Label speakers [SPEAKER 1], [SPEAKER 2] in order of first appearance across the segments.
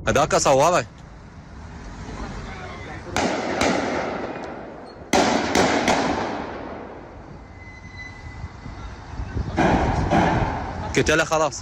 [SPEAKER 1] هذاك صوابه. قلت له خلاص.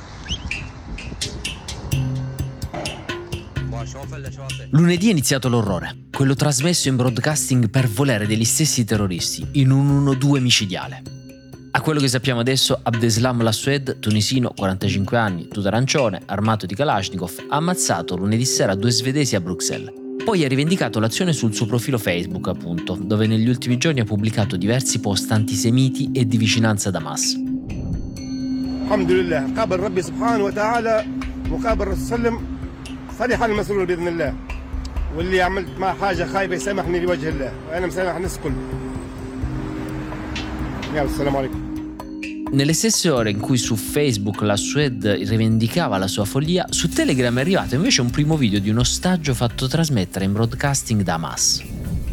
[SPEAKER 2] Lunedì è iniziato l'orrore, quello trasmesso in broadcasting per volere degli stessi terroristi, in un 1-2 micidiale. A quello che sappiamo adesso, Abdeslam Lassued, tunisino, 45 anni, tuta arancione, armato di Kalashnikov, ha ammazzato lunedì sera 2 svedesi a Bruxelles. Poi ha rivendicato l'azione sul suo profilo Facebook, appunto, dove negli ultimi giorni ha pubblicato diversi post antisemiti e di vicinanza ad Hamas.
[SPEAKER 3] Alhamdulillah, قابل ربي سبحانه وتعالى وقابل الرسول صلى الله عليه وسلم فرح المسرور بإذن الله واللي عملت معه حاجة خايبة يسامحني لوجه الله وأنا مسامح الناس الكل. يلا السلام عليكم.
[SPEAKER 2] Nelle stesse ore in cui su Facebook Lassued rivendicava la sua follia, su Telegram è arrivato invece un primo video di un ostaggio fatto trasmettere in broadcasting da Hamas.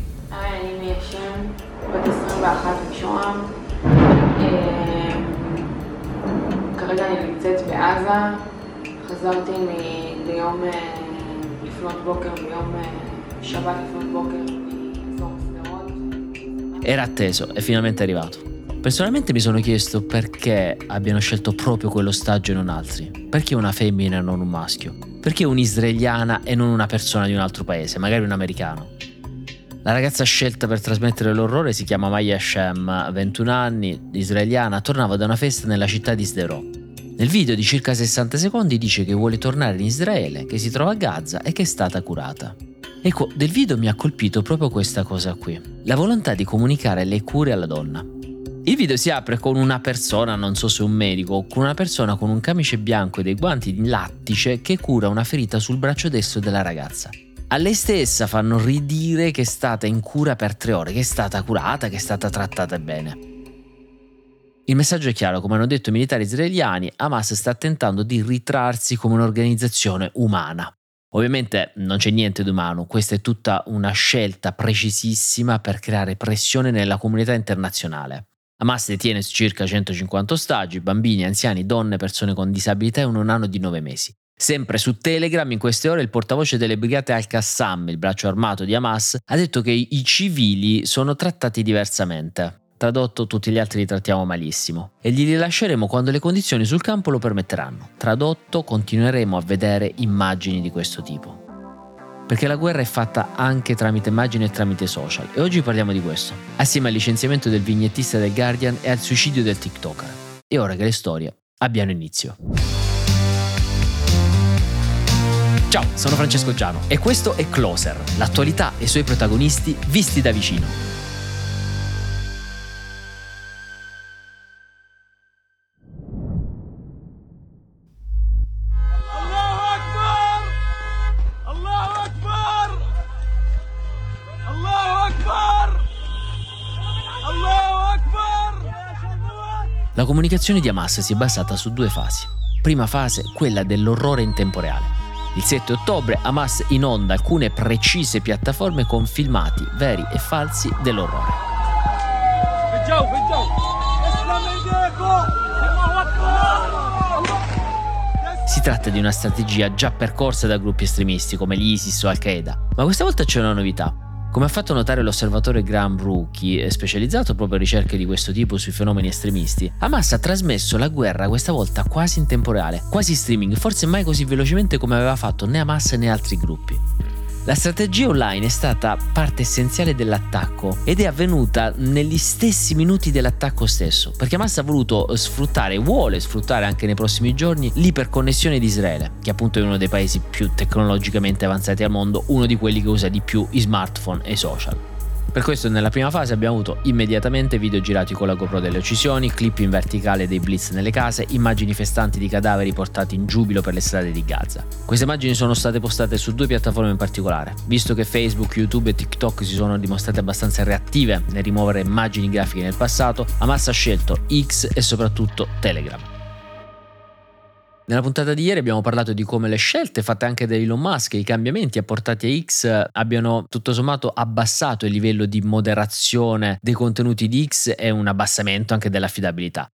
[SPEAKER 4] כרגע אני נמצאת בעזה, חזרתי ליום לפנות בוקר, ביום שבת לפנות בוקר מאזור שדרות.
[SPEAKER 2] Era atteso, è finalmente arrivato. Personalmente mi sono chiesto perché abbiano scelto proprio quell'ostaggio e non altri. Perché una femmina e non un maschio? Perché un'israeliana e non una persona di un altro paese, magari un americano? La ragazza scelta per trasmettere l'orrore si chiama Maya Shem, 21 anni, israeliana, tornava da una festa nella città di Sderot. Nel video di circa 60 secondi dice che vuole tornare in Israele, che si trova a Gaza e che è stata curata. Ecco, del video mi ha colpito proprio questa cosa qui, la volontà di comunicare le cure alla donna. Il video si apre con una persona, non so se un medico, con una persona con un camice bianco e dei guanti in lattice che cura una ferita sul braccio destro della ragazza. A lei stessa fanno ridire che è stata in cura per 3 ore, che è stata curata, che è stata trattata bene. Il messaggio è chiaro, come hanno detto i militari israeliani, Hamas sta tentando di ritrarsi come un'organizzazione umana. Ovviamente non c'è niente di umano, questa è tutta una scelta precisissima per creare pressione nella comunità internazionale. Hamas detiene circa 150 ostaggi, bambini, anziani, donne, persone con disabilità e un nonno di 9 mesi. Sempre su Telegram in queste ore il portavoce delle brigate Al-Qassam, il braccio armato di Hamas, ha detto che i civili sono trattati diversamente. Tradotto, tutti gli altri li trattiamo malissimo. E li rilasceremo quando le condizioni sul campo lo permetteranno. Tradotto, continueremo a vedere immagini di questo tipo. Perché la guerra è fatta anche tramite immagini e tramite social. E oggi parliamo di questo. Assieme al licenziamento del vignettista del Guardian e al suicidio del TikToker. E ora che le storie abbiano inizio. Ciao, sono Francesco Giano e questo è Closer, l'attualità e i suoi protagonisti visti da vicino. La comunicazione di Hamas si è basata su 2 fasi. Prima fase, quella dell'orrore in tempo reale. Il 7 ottobre Hamas inonda alcune precise piattaforme con filmati veri e falsi dell'orrore. Si tratta di una strategia già percorsa da gruppi estremisti come l'ISIS o Al-Qaeda, ma questa volta c'è una novità. Come ha fatto notare l'osservatore Graham Brookie, specializzato proprio in ricerche di questo tipo sui fenomeni estremisti, Hamas ha trasmesso la guerra questa volta quasi in tempo reale, quasi streaming, forse mai così velocemente come aveva fatto né Hamas né altri gruppi. La strategia online è stata parte essenziale dell'attacco ed è avvenuta negli stessi minuti dell'attacco stesso, perché Hamas ha voluto sfruttare e vuole sfruttare anche nei prossimi giorni l'iperconnessione di Israele, che appunto è uno dei paesi più tecnologicamente avanzati al mondo, uno di quelli che usa di più i smartphone e i social. Per questo nella prima fase abbiamo avuto immediatamente video girati con la GoPro delle uccisioni, clip in verticale dei blitz nelle case, immagini festanti di cadaveri portati in giubilo per le strade di Gaza. Queste immagini sono state postate su 2 piattaforme in particolare. Visto che Facebook, YouTube e TikTok si sono dimostrate abbastanza reattive nel rimuovere immagini grafiche nel passato, Hamas ha scelto X e soprattutto Telegram. Nella puntata di ieri abbiamo parlato di come le scelte fatte anche da Elon Musk e i cambiamenti apportati a X abbiano tutto sommato abbassato il livello di moderazione dei contenuti di X e un abbassamento anche dell'affidabilità.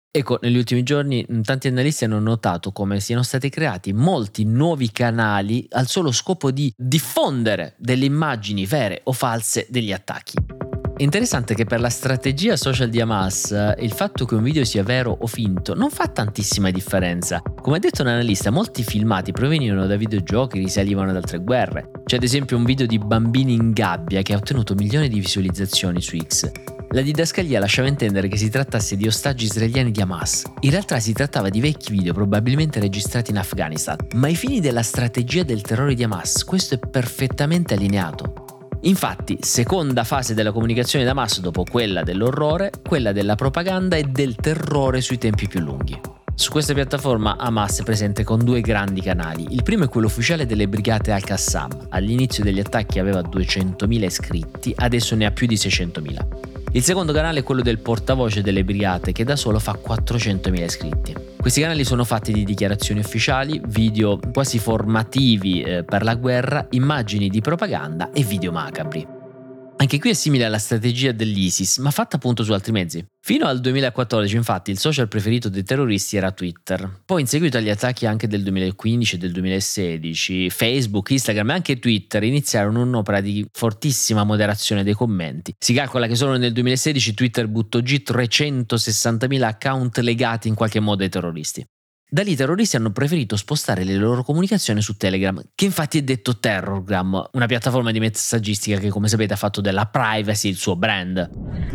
[SPEAKER 2] Ecco, negli ultimi giorni tanti analisti hanno notato come siano stati creati molti nuovi canali al solo scopo di diffondere delle immagini vere o false degli attacchi. È interessante che per la strategia social di Hamas il fatto che un video sia vero o finto non fa tantissima differenza. Come ha detto un analista, molti filmati provenivano da videogiochi, risalivano ad altre guerre. C'è ad esempio un video di bambini in gabbia che ha ottenuto milioni di visualizzazioni su X. La didascalia lasciava intendere che si trattasse di ostaggi israeliani di Hamas. In realtà si trattava di vecchi video probabilmente registrati in Afghanistan, ma ai fini della strategia del terrore di Hamas questo è perfettamente allineato. Infatti, seconda fase della comunicazione di Hamas dopo quella dell'orrore, quella della propaganda e del terrore sui tempi più lunghi. Su questa piattaforma Hamas è presente con 2 grandi canali. Il primo è quello ufficiale delle brigate Al-Qassam. All'inizio degli attacchi aveva 200.000 iscritti, adesso ne ha più di 600.000. Il secondo canale è quello del portavoce delle brigate, che da solo fa 400.000 iscritti. Questi canali sono fatti di dichiarazioni ufficiali, video quasi formativi per la guerra, immagini di propaganda e video macabri. Anche qui è simile alla strategia dell'ISIS, ma fatta appunto su altri mezzi. Fino al 2014, infatti, il social preferito dei terroristi era Twitter. Poi, in seguito agli attacchi anche del 2015 e del 2016, Facebook, Instagram e anche Twitter iniziarono un'opera di fortissima moderazione dei commenti. Si calcola che solo nel 2016 Twitter buttò giù 360.000 account legati in qualche modo ai terroristi. Da lì i terroristi hanno preferito spostare le loro comunicazioni su Telegram, che infatti è detto Terrorgram, una piattaforma di messaggistica che, come sapete, ha fatto della privacy il suo brand.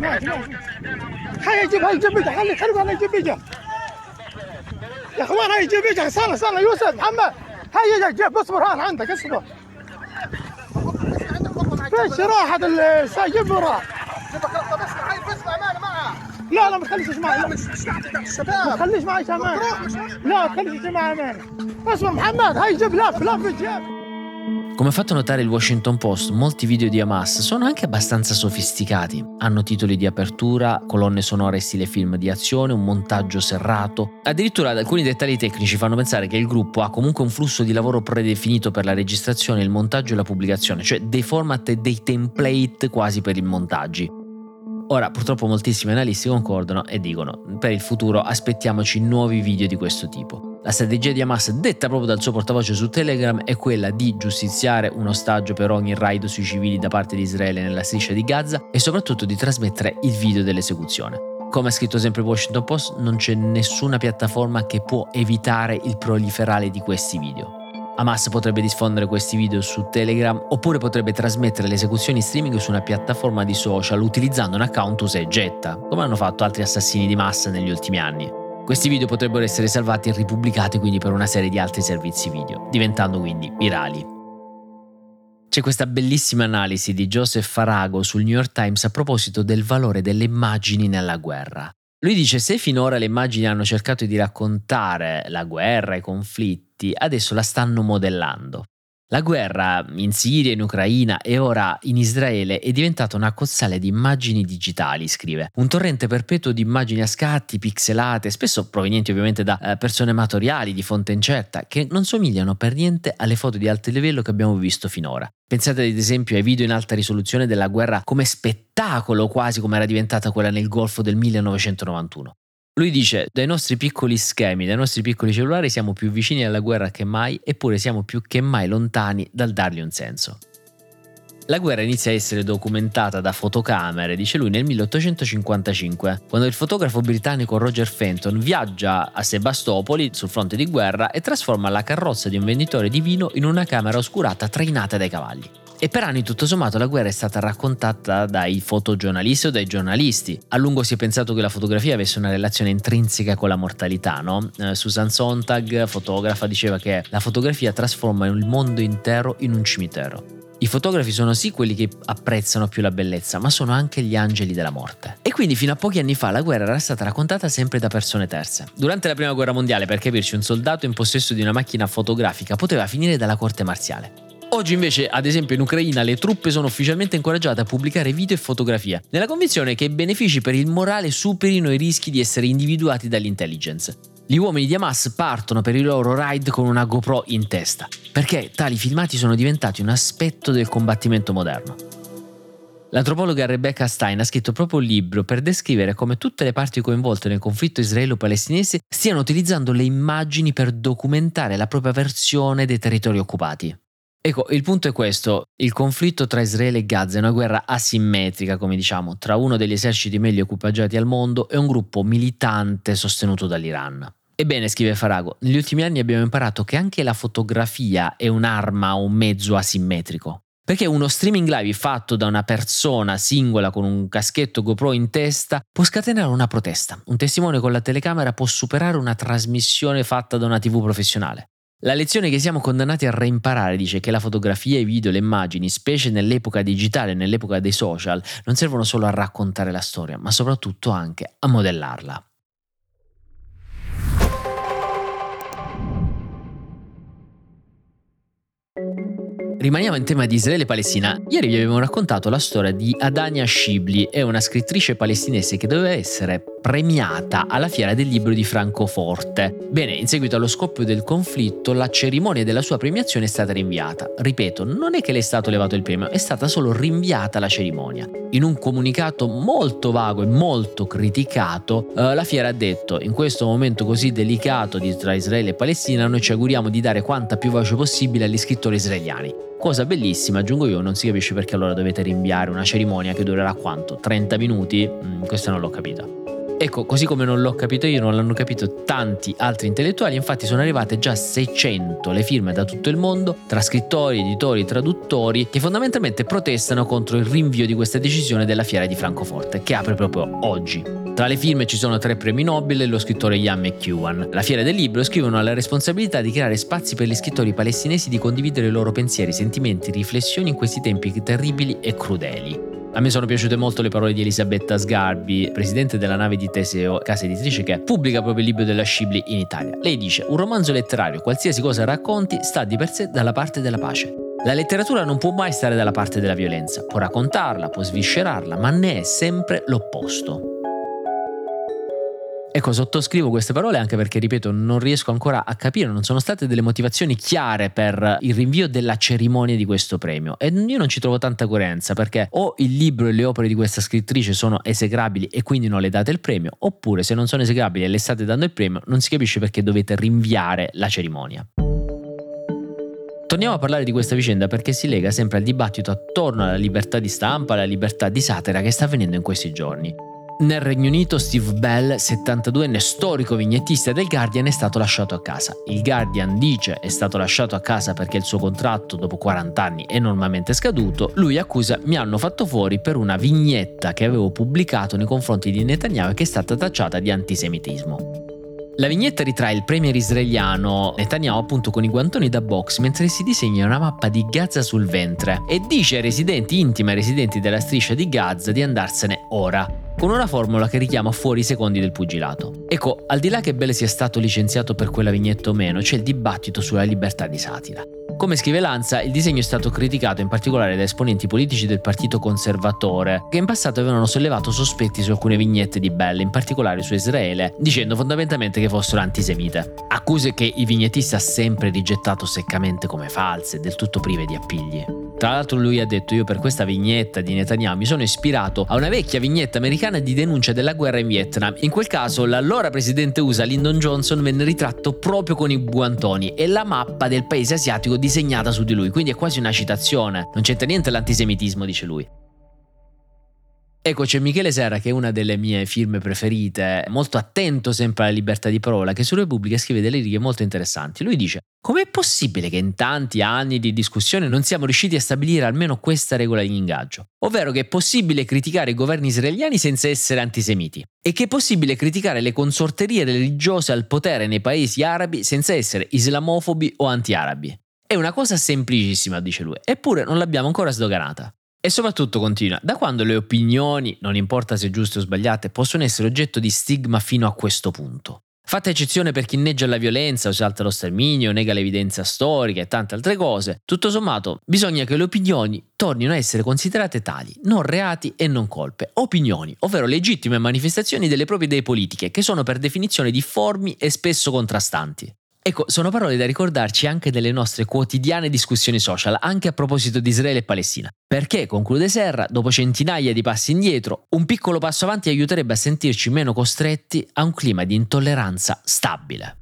[SPEAKER 3] لا ما تخليش معي ما تخليش معي كمان لا تخليش معي امان اسمع محمد هاي جيب لف جيب.
[SPEAKER 2] Come ha fatto notare il Washington Post, molti video di Hamas sono anche abbastanza sofisticati. Hanno titoli di apertura, colonne sonore stile film di azione, un montaggio serrato. Addirittura alcuni dettagli tecnici fanno pensare che il gruppo ha comunque un flusso di lavoro predefinito per la registrazione, il montaggio e la pubblicazione, cioè dei format e dei template quasi per i montaggi. Ora, purtroppo moltissimi analisti concordano e dicono: per il futuro aspettiamoci nuovi video di questo tipo. La strategia di Hamas, detta proprio dal suo portavoce su Telegram, è quella di giustiziare un ostaggio per ogni raid sui civili da parte di Israele nella striscia di Gaza e soprattutto di trasmettere il video dell'esecuzione. Come ha scritto sempre il Washington Post, non c'è nessuna piattaforma che può evitare il proliferare di questi video. Hamas potrebbe diffondere questi video su Telegram oppure potrebbe trasmettere le esecuzioni streaming su una piattaforma di social utilizzando un account usa e getta, come hanno fatto altri assassini di massa negli ultimi anni. Questi video potrebbero essere salvati e ripubblicati quindi per una serie di altri servizi video, diventando quindi virali. C'è questa bellissima analisi di Joseph Farago sul New York Times a proposito del valore delle immagini nella guerra. Lui dice: se finora le immagini hanno cercato di raccontare la guerra, i conflitti, adesso la stanno modellando. La guerra in Siria, in Ucraina e ora in Israele è diventata una cozzale di immagini digitali, scrive. Un torrente perpetuo di immagini a scatti, pixelate, spesso provenienti ovviamente da persone amatoriali di fonte incerta, che non somigliano per niente alle foto di alto livello che abbiamo visto finora. Pensate ad esempio ai video in alta risoluzione della guerra come spettacolo, quasi come era diventata quella nel Golfo del 1991. Lui dice: dai nostri piccoli schemi, dai nostri piccoli cellulari siamo più vicini alla guerra che mai, eppure siamo più che mai lontani dal dargli un senso. La guerra inizia a essere documentata da fotocamere, dice lui, nel 1855, quando il fotografo britannico Roger Fenton viaggia a Sebastopoli sul fronte di guerra e trasforma la carrozza di un venditore di vino in una camera oscurata trainata dai cavalli. E per anni tutto sommato la guerra è stata raccontata dai fotogiornalisti o dai giornalisti. A lungo si è pensato che la fotografia avesse una relazione intrinseca con la mortalità, no? Susan Sontag, fotografa, diceva che la fotografia trasforma il mondo intero in un cimitero. I fotografi sono sì quelli che apprezzano più la bellezza, ma sono anche gli angeli della morte. E quindi fino a pochi anni fa la guerra era stata raccontata sempre da persone terze. Durante la prima guerra mondiale, per capirci, un soldato in possesso di una macchina fotografica poteva finire dalla corte marziale. Oggi invece, ad esempio in Ucraina, le truppe sono ufficialmente incoraggiate a pubblicare video e fotografie, nella convinzione che i benefici per il morale superino i rischi di essere individuati dall'intelligence. Gli uomini di Hamas partono per i loro raid con una GoPro in testa, perché tali filmati sono diventati un aspetto del combattimento moderno. L'antropologa Rebecca Stein ha scritto proprio un libro per descrivere come tutte le parti coinvolte nel conflitto israelo-palestinese stiano utilizzando le immagini per documentare la propria versione dei territori occupati. Ecco, il punto è questo: il conflitto tra Israele e Gaza è una guerra asimmetrica, come diciamo, tra uno degli eserciti meglio equipaggiati al mondo e un gruppo militante sostenuto dall'Iran. Ebbene, scrive Farago, negli ultimi anni abbiamo imparato che anche la fotografia è un'arma o un mezzo asimmetrico. Perché uno streaming live fatto da una persona singola con un caschetto GoPro in testa può scatenare una protesta. Un testimone con la telecamera può superare una trasmissione fatta da una TV professionale. La lezione che siamo condannati a reimparare dice che la fotografia, i video, le immagini, specie nell'epoca digitale, nell'epoca dei social, non servono solo a raccontare la storia, ma soprattutto anche a modellarla. Rimaniamo in tema di Israele e Palestina. Ieri vi abbiamo raccontato la storia di Adania Shibli, è una scrittrice palestinese che doveva essere premiata alla Fiera del Libro di Francoforte. Bene, in seguito allo scoppio del conflitto, la cerimonia della sua premiazione è stata rinviata. Ripeto, non è che le è stato levato il premio, è stata solo rinviata la cerimonia. In un comunicato molto vago e molto criticato, la Fiera ha detto: in questo momento così delicato tra Israele e Palestina, noi ci auguriamo di dare quanta più voce possibile agli scrittori israeliani. Cosa bellissima, aggiungo io, non si capisce perché allora dovete rinviare una cerimonia che durerà quanto? 30 minuti? Questa non l'ho capita. Ecco, così come non l'ho capito io, non l'hanno capito tanti altri intellettuali. Infatti sono arrivate già 600 le firme da tutto il mondo, tra scrittori, editori, traduttori, che fondamentalmente protestano contro il rinvio di questa decisione della Fiera di Francoforte, che apre proprio oggi. Tra le firme ci sono 3 premi Nobel e lo scrittore Ian McEwan. La Fiera del Libro scrivono alla responsabilità di creare spazi per gli scrittori palestinesi di condividere i loro pensieri, sentimenti, riflessioni in questi tempi terribili e crudeli. A me sono piaciute molto le parole di Elisabetta Sgarbi, presidente della nave di Teseo, casa editrice che pubblica proprio il libro della Shibli in Italia. Lei dice: un romanzo letterario, qualsiasi cosa racconti, sta di per sé dalla parte della pace. La letteratura non può mai stare dalla parte della violenza, può raccontarla, può sviscerarla, ma ne è sempre l'opposto. Ecco, sottoscrivo queste parole anche perché, ripeto, non riesco ancora a capire, non sono state delle motivazioni chiare per il rinvio della cerimonia di questo premio, e io non ci trovo tanta coerenza, perché o il libro e le opere di questa scrittrice sono esecrabili e quindi non le date il premio, oppure se non sono esecrabili e le state dando il premio non si capisce perché dovete rinviare la cerimonia. Torniamo a parlare di questa vicenda perché si lega sempre al dibattito attorno alla libertà di stampa, alla libertà di satira che sta avvenendo in questi giorni. Nel Regno Unito Steve Bell, 72enne storico vignettista del Guardian, è stato lasciato a casa. Il Guardian dice è stato lasciato a casa perché il suo contratto dopo 40 anni è normalmente scaduto. Lui accusa: mi hanno fatto fuori per una vignetta che avevo pubblicato nei confronti di Netanyahu e che è stata tacciata di antisemitismo. La vignetta ritrae il premier israeliano Netanyahu appunto con i guantoni da box mentre si disegna una mappa di Gaza sul ventre e dice ai residenti, intimi ai residenti della striscia di Gaza, di andarsene ora, con una formula che richiama fuori i secondi del pugilato. Ecco, al di là che Bell sia stato licenziato per quella vignetta o meno, c'è il dibattito sulla libertà di satira. Come scrive Lanza, il disegno è stato criticato in particolare da esponenti politici del Partito Conservatore, che in passato avevano sollevato sospetti su alcune vignette di Bell, in particolare su Israele, dicendo fondamentalmente che fossero antisemite. Accuse che il vignettista ha sempre rigettato seccamente come false, del tutto prive di appigli. Tra l'altro lui ha detto: io per questa vignetta di Netanyahu mi sono ispirato a una vecchia vignetta americana di denuncia della guerra in Vietnam. In quel caso l'allora presidente USA Lyndon Johnson venne ritratto proprio con i guantoni e la mappa del paese asiatico disegnata su di lui, quindi è quasi una citazione, non c'entra niente l'antisemitismo, dice lui. Ecco, c'è Michele Serra, che è una delle mie firme preferite, molto attento sempre alla libertà di parola, che su Repubblica scrive delle righe molto interessanti. Lui dice: com'è possibile che in tanti anni di discussione non siamo riusciti a stabilire almeno questa regola di ingaggio? Ovvero che è possibile criticare i governi israeliani senza essere antisemiti, e che è possibile criticare le consorterie religiose al potere nei paesi arabi senza essere islamofobi o anti-arabi. È una cosa semplicissima, dice lui, eppure non l'abbiamo ancora sdoganata. E soprattutto continua: da quando le opinioni, non importa se giuste o sbagliate, possono essere oggetto di stigma fino a questo punto? Fatta eccezione per chi inneggia la violenza o esalta lo sterminio, nega l'evidenza storica e tante altre cose, tutto sommato bisogna che le opinioni tornino a essere considerate tali, non reati e non colpe, opinioni, ovvero legittime manifestazioni delle proprie idee politiche, che sono per definizione difformi e spesso contrastanti. Ecco, sono parole da ricordarci anche nelle nostre quotidiane discussioni social, anche a proposito di Israele e Palestina. Perché, conclude Serra, dopo centinaia di passi indietro, un piccolo passo avanti aiuterebbe a sentirci meno costretti a un clima di intolleranza stabile.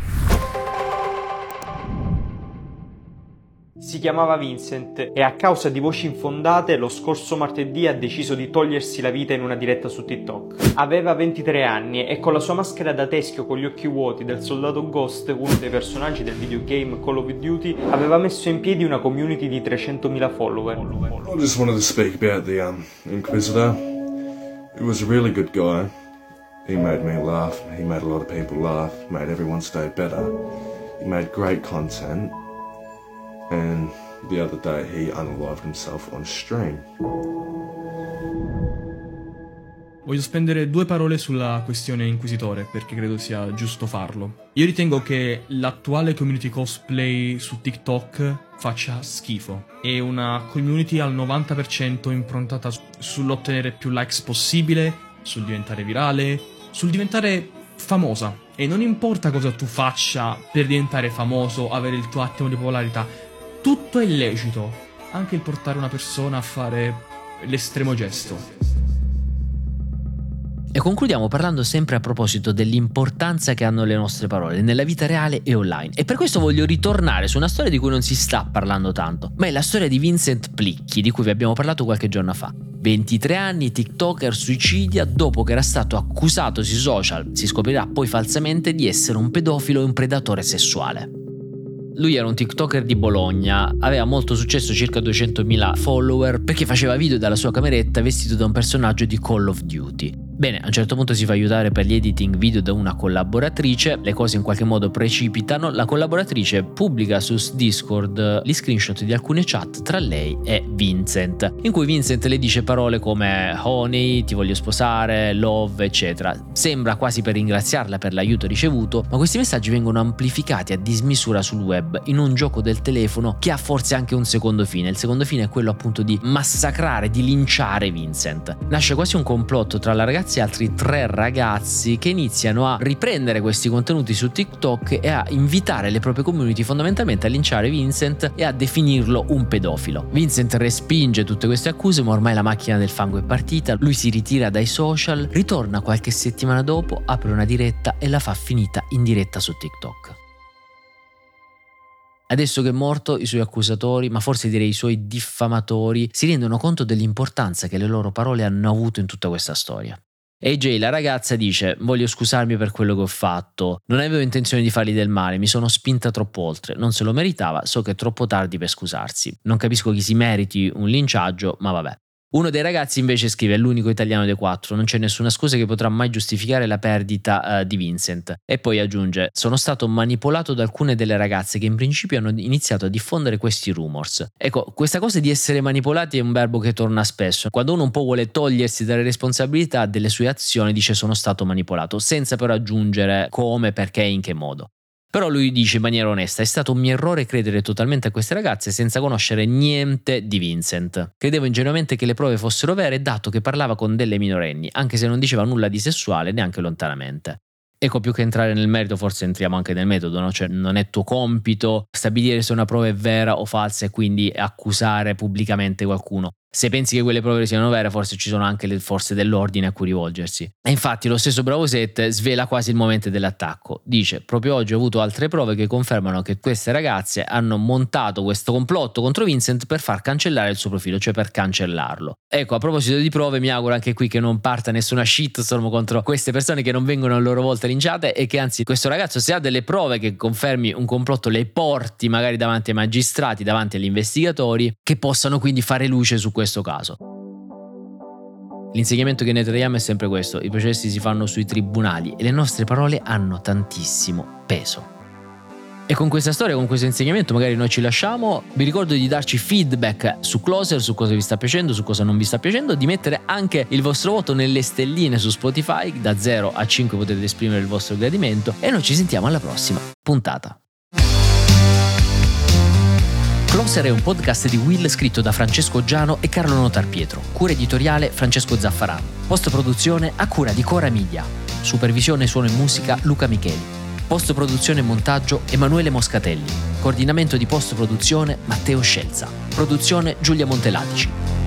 [SPEAKER 1] Si chiamava Vincent e a causa di voci infondate lo scorso martedì ha deciso di togliersi la vita in una diretta su TikTok. Aveva 23 anni e con la sua maschera da teschio con gli occhi vuoti del soldato Ghost, uno dei personaggi del videogame Call of Duty, aveva messo in piedi una community di 300.000 follower.
[SPEAKER 5] I just wanted to speak about the Inquisitor. He was a really good guy. He made me laugh. He made a lot of people laugh. Made everyone's day better. He made great content. And the other day he unalived himself on stream.
[SPEAKER 6] Voglio spendere 2 parole sulla questione Inquisitore, perché credo sia giusto farlo. Io ritengo che l'attuale community cosplay su TikTok faccia schifo. È una community al 90% improntata sull'ottenere più likes possibile, sul diventare virale, sul diventare famosa. E non importa cosa tu faccia per diventare famoso, avere il tuo attimo di popolarità, tutto è illecito, anche il portare una persona a fare l'estremo gesto.
[SPEAKER 2] E concludiamo parlando sempre a proposito dell'importanza che hanno le nostre parole nella vita reale e online. E per questo voglio ritornare su una storia di cui non si sta parlando tanto, ma è la storia di Vincent Plicchi, di cui vi abbiamo parlato qualche giorno fa. 23 anni, TikToker, suicidia dopo che era stato accusato sui social, si scoprirà poi falsamente, di essere un pedofilo e un predatore sessuale. Lui era un TikToker di Bologna, aveva molto successo, circa 200.000 follower, perché faceva video dalla sua cameretta vestito da un personaggio di Call of Duty. Bene, a un certo punto si fa aiutare per gli editing video da una collaboratrice, le cose in qualche modo precipitano, la collaboratrice pubblica su Discord gli screenshot di alcune chat tra lei e Vincent, in cui Vincent le dice parole come honey, ti voglio sposare, love, eccetera. Sembra quasi per ringraziarla per l'aiuto ricevuto, ma questi messaggi vengono amplificati a dismisura sul web in un gioco del telefono che ha forse anche un secondo fine. Il secondo fine è quello appunto di massacrare, di linciare Vincent. Nasce quasi un complotto tra la ragazza e altri 3 ragazzi che iniziano a riprendere questi contenuti su TikTok e a invitare le proprie community fondamentalmente a linciare Vincent e a definirlo un pedofilo. Vincent respinge tutte queste accuse, ma ormai la macchina del fango è partita, lui si ritira dai social, ritorna qualche settimana dopo, apre una diretta e la fa finita in diretta su TikTok. Adesso che è morto, i suoi accusatori, ma forse direi i suoi diffamatori, si rendono conto dell'importanza che le loro parole hanno avuto in tutta questa storia. AJ, la ragazza, dice: voglio scusarmi per quello che ho fatto, non avevo intenzione di fargli del male, mi sono spinta troppo oltre, non se lo meritava, so che è troppo tardi per scusarsi. Non capisco chi si meriti un linciaggio, ma vabbè. Uno dei ragazzi invece scrive: è l'unico italiano dei 4, non c'è nessuna scusa che potrà mai giustificare la perdita di Vincent. E poi aggiunge: sono stato manipolato da alcune delle ragazze che in principio hanno iniziato a diffondere questi rumors. Ecco, questa cosa di essere manipolati è un verbo che torna spesso. Quando uno un po' vuole togliersi dalle responsabilità delle sue azioni dice sono stato manipolato, senza però aggiungere come, perché e in che modo. Però lui dice in maniera onesta: è stato un mio errore credere totalmente a queste ragazze senza conoscere niente di Vincent. Credevo ingenuamente che le prove fossero vere, dato che parlava con delle minorenni, anche se non diceva nulla di sessuale neanche lontanamente. Ecco, più che entrare nel merito forse entriamo anche nel metodo, no? Cioè non è tuo compito stabilire se una prova è vera o falsa e quindi accusare pubblicamente qualcuno. Se pensi che quelle prove siano vere, forse ci sono anche le forze dell'ordine a cui rivolgersi. E infatti lo stesso Bravo 7 svela quasi il momento dell'attacco. Dice: proprio oggi ho avuto altre prove che confermano che queste ragazze hanno montato questo complotto contro Vincent per far cancellare il suo profilo, cioè per cancellarlo. Ecco, a proposito di prove, mi auguro anche qui che non parta nessuna shitstorm contro queste persone che non vengono a loro volta linciate e che anzi questo ragazzo, se ha delle prove che confermi un complotto, le porti magari davanti ai magistrati, davanti agli investigatori, che possano quindi fare luce su questo caso. L'insegnamento che ne traiamo è sempre questo: i processi si fanno sui tribunali e le nostre parole hanno tantissimo peso. E con questa storia, con questo insegnamento magari noi ci lasciamo. Vi ricordo di darci feedback su Closer, su cosa vi sta piacendo, su cosa non vi sta piacendo, di mettere anche il vostro voto nelle stelline su Spotify. Da 0 a 5 potete esprimere il vostro gradimento e noi ci sentiamo alla prossima puntata. Closer è un podcast di Will scritto da Francesco Giano e Carlo Notarpietro. Cura editoriale Francesco Zaffarano. Post produzione a cura di Cora Media. Supervisione suono e musica Luca Micheli. Post produzione e montaggio Emanuele Moscatelli. Coordinamento di post produzione Matteo Scelza. Produzione Giulia Montelatici.